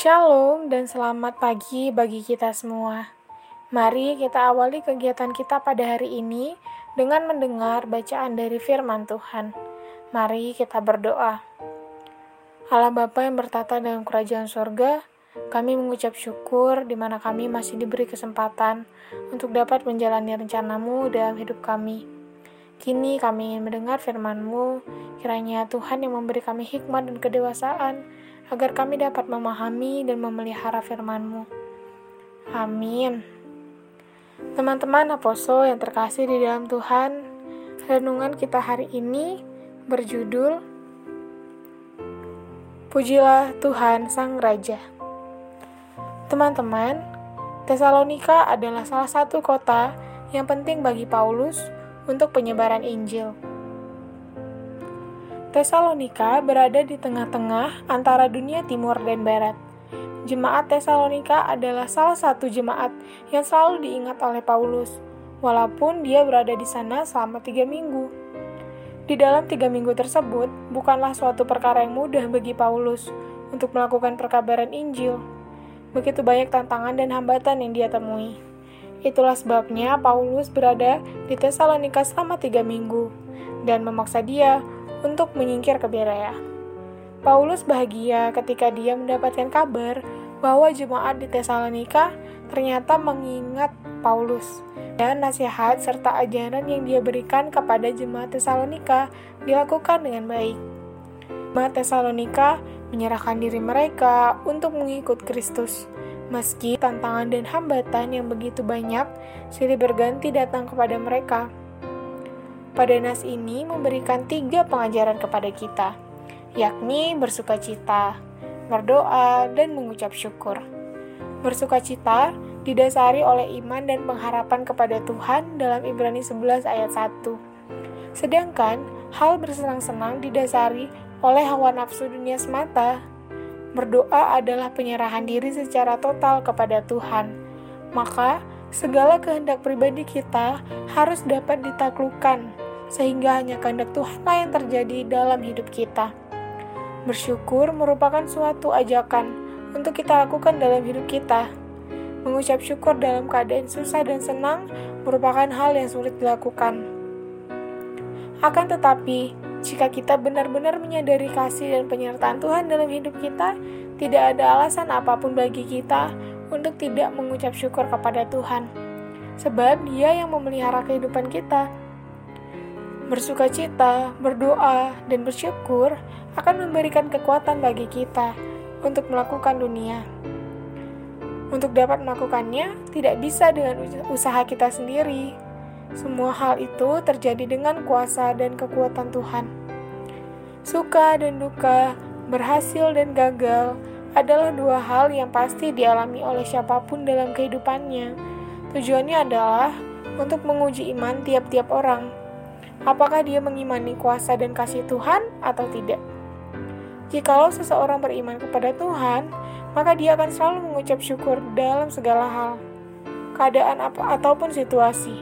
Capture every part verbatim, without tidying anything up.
Shalom dan selamat pagi bagi kita semua. Mari kita awali kegiatan kita pada hari ini dengan mendengar bacaan dari firman Tuhan. Mari kita berdoa. Allah Bapa yang bertata dalam kerajaan sorga, kami mengucap syukur di mana kami masih diberi kesempatan untuk dapat menjalani rencana-Mu dalam hidup kami. Kini kami ingin mendengar firman-Mu, kiranya Tuhan yang memberi kami hikmat dan kedewasaan, agar kami dapat memahami dan memelihara firman-Mu. Amin. Teman-teman Aposo yang terkasih di dalam Tuhan, renungan kita hari ini berjudul Pujilah Tuhan Sang Raja. Teman-teman, Tesalonika adalah salah satu kota yang penting bagi Paulus untuk penyebaran Injil. Tesalonika berada di tengah-tengah antara dunia timur dan barat. Jemaat Tesalonika adalah salah satu jemaat yang selalu diingat oleh Paulus, walaupun dia berada di sana selama tiga minggu. Di dalam tiga minggu tersebut, bukanlah suatu perkara yang mudah bagi Paulus untuk melakukan perkabaran Injil. Begitu banyak tantangan dan hambatan yang dia temui. Itulah sebabnya Paulus berada di Tesalonika selama tiga minggu, dan memaksa dia untuk menyingkir ke Berea. Paulus bahagia ketika dia mendapatkan kabar bahwa jemaat di Tesalonika ternyata mengingat Paulus, dan nasihat serta ajaran yang dia berikan kepada jemaat Tesalonika dilakukan dengan baik. Jemaat Tesalonika menyerahkan diri mereka untuk mengikut Kristus, meski tantangan dan hambatan yang begitu banyak silih berganti datang kepada mereka. Pada nas ini memberikan tiga pengajaran kepada kita, yakni bersukacita, berdoa, dan mengucap syukur. Bersukacita didasari oleh iman dan pengharapan kepada Tuhan dalam Ibrani sebelas ayat satu. Sedangkan hal bersenang-senang didasari oleh hawa nafsu dunia semata. Berdoa adalah penyerahan diri secara total kepada Tuhan. Maka segala kehendak pribadi kita harus dapat ditaklukkan, sehingga hanya kehendak Tuhanlah yang terjadi dalam hidup kita. Bersyukur merupakan suatu ajakan untuk kita lakukan dalam hidup kita. Mengucap syukur dalam keadaan susah dan senang merupakan hal yang sulit dilakukan. Akan tetapi, jika kita benar-benar menyadari kasih dan penyertaan Tuhan dalam hidup kita, tidak ada alasan apapun bagi kita untuk tidak mengucap syukur kepada Tuhan. Sebab Dia yang memelihara kehidupan kita. Bersukacita, berdoa, dan bersyukur akan memberikan kekuatan bagi kita untuk melakukan dunia. Untuk dapat melakukannya, tidak bisa dengan usaha kita sendiri. Semua hal itu terjadi dengan kuasa dan kekuatan Tuhan. Suka dan duka, berhasil dan gagal adalah dua hal yang pasti dialami oleh siapapun dalam kehidupannya. Tujuannya adalah untuk menguji iman tiap-tiap orang. Apakah dia mengimani kuasa dan kasih Tuhan atau tidak? Jikalau seseorang beriman kepada Tuhan, maka dia akan selalu mengucap syukur dalam segala hal, keadaan apa ataupun situasi.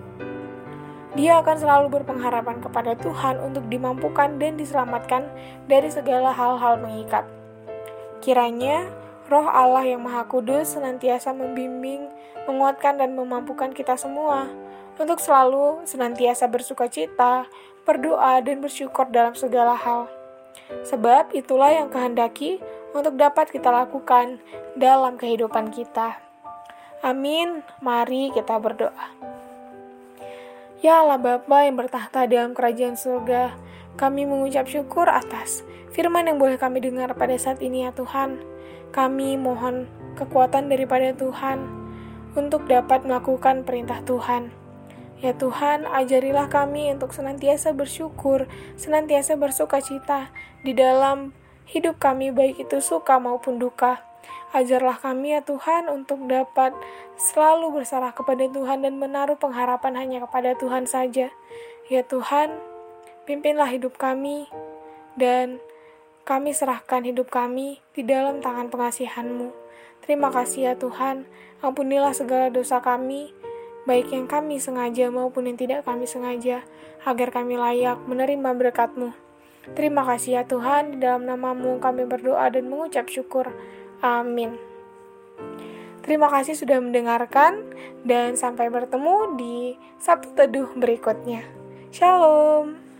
Dia akan selalu berpengharapan kepada Tuhan untuk dimampukan dan diselamatkan dari segala hal-hal mengikat. Kiranya Roh Allah yang Maha Kudus senantiasa membimbing, menguatkan dan memampukan kita semua untuk selalu senantiasa bersukacita, berdoa, dan bersyukur dalam segala hal. Sebab itulah yang kehendaki untuk dapat kita lakukan dalam kehidupan kita. Amin. Mari kita berdoa. Ya Allah Bapa yang bertahta dalam kerajaan surga, kami mengucap syukur atas firman yang boleh kami dengar pada saat ini ya Tuhan. Kami mohon kekuatan daripada Tuhan untuk dapat melakukan perintah Tuhan. Ya Tuhan, ajarilah kami untuk senantiasa bersyukur, senantiasa bersukacita di dalam hidup kami, baik itu suka maupun duka. Ajarlah kami ya Tuhan untuk dapat selalu berserah kepada Tuhan dan menaruh pengharapan hanya kepada Tuhan saja. Ya Tuhan, pimpinlah hidup kami dan kami serahkan hidup kami di dalam tangan pengasihan-Mu. Terima kasih ya Tuhan, ampunilah segala dosa kami, baik yang kami sengaja maupun yang tidak kami sengaja, agar kami layak menerima berkat-Mu. Terima kasih ya Tuhan, di dalam nama-Mu kami berdoa dan mengucap syukur. Amin. Terima kasih sudah mendengarkan, dan sampai bertemu di Sabtu Teduh berikutnya. Shalom.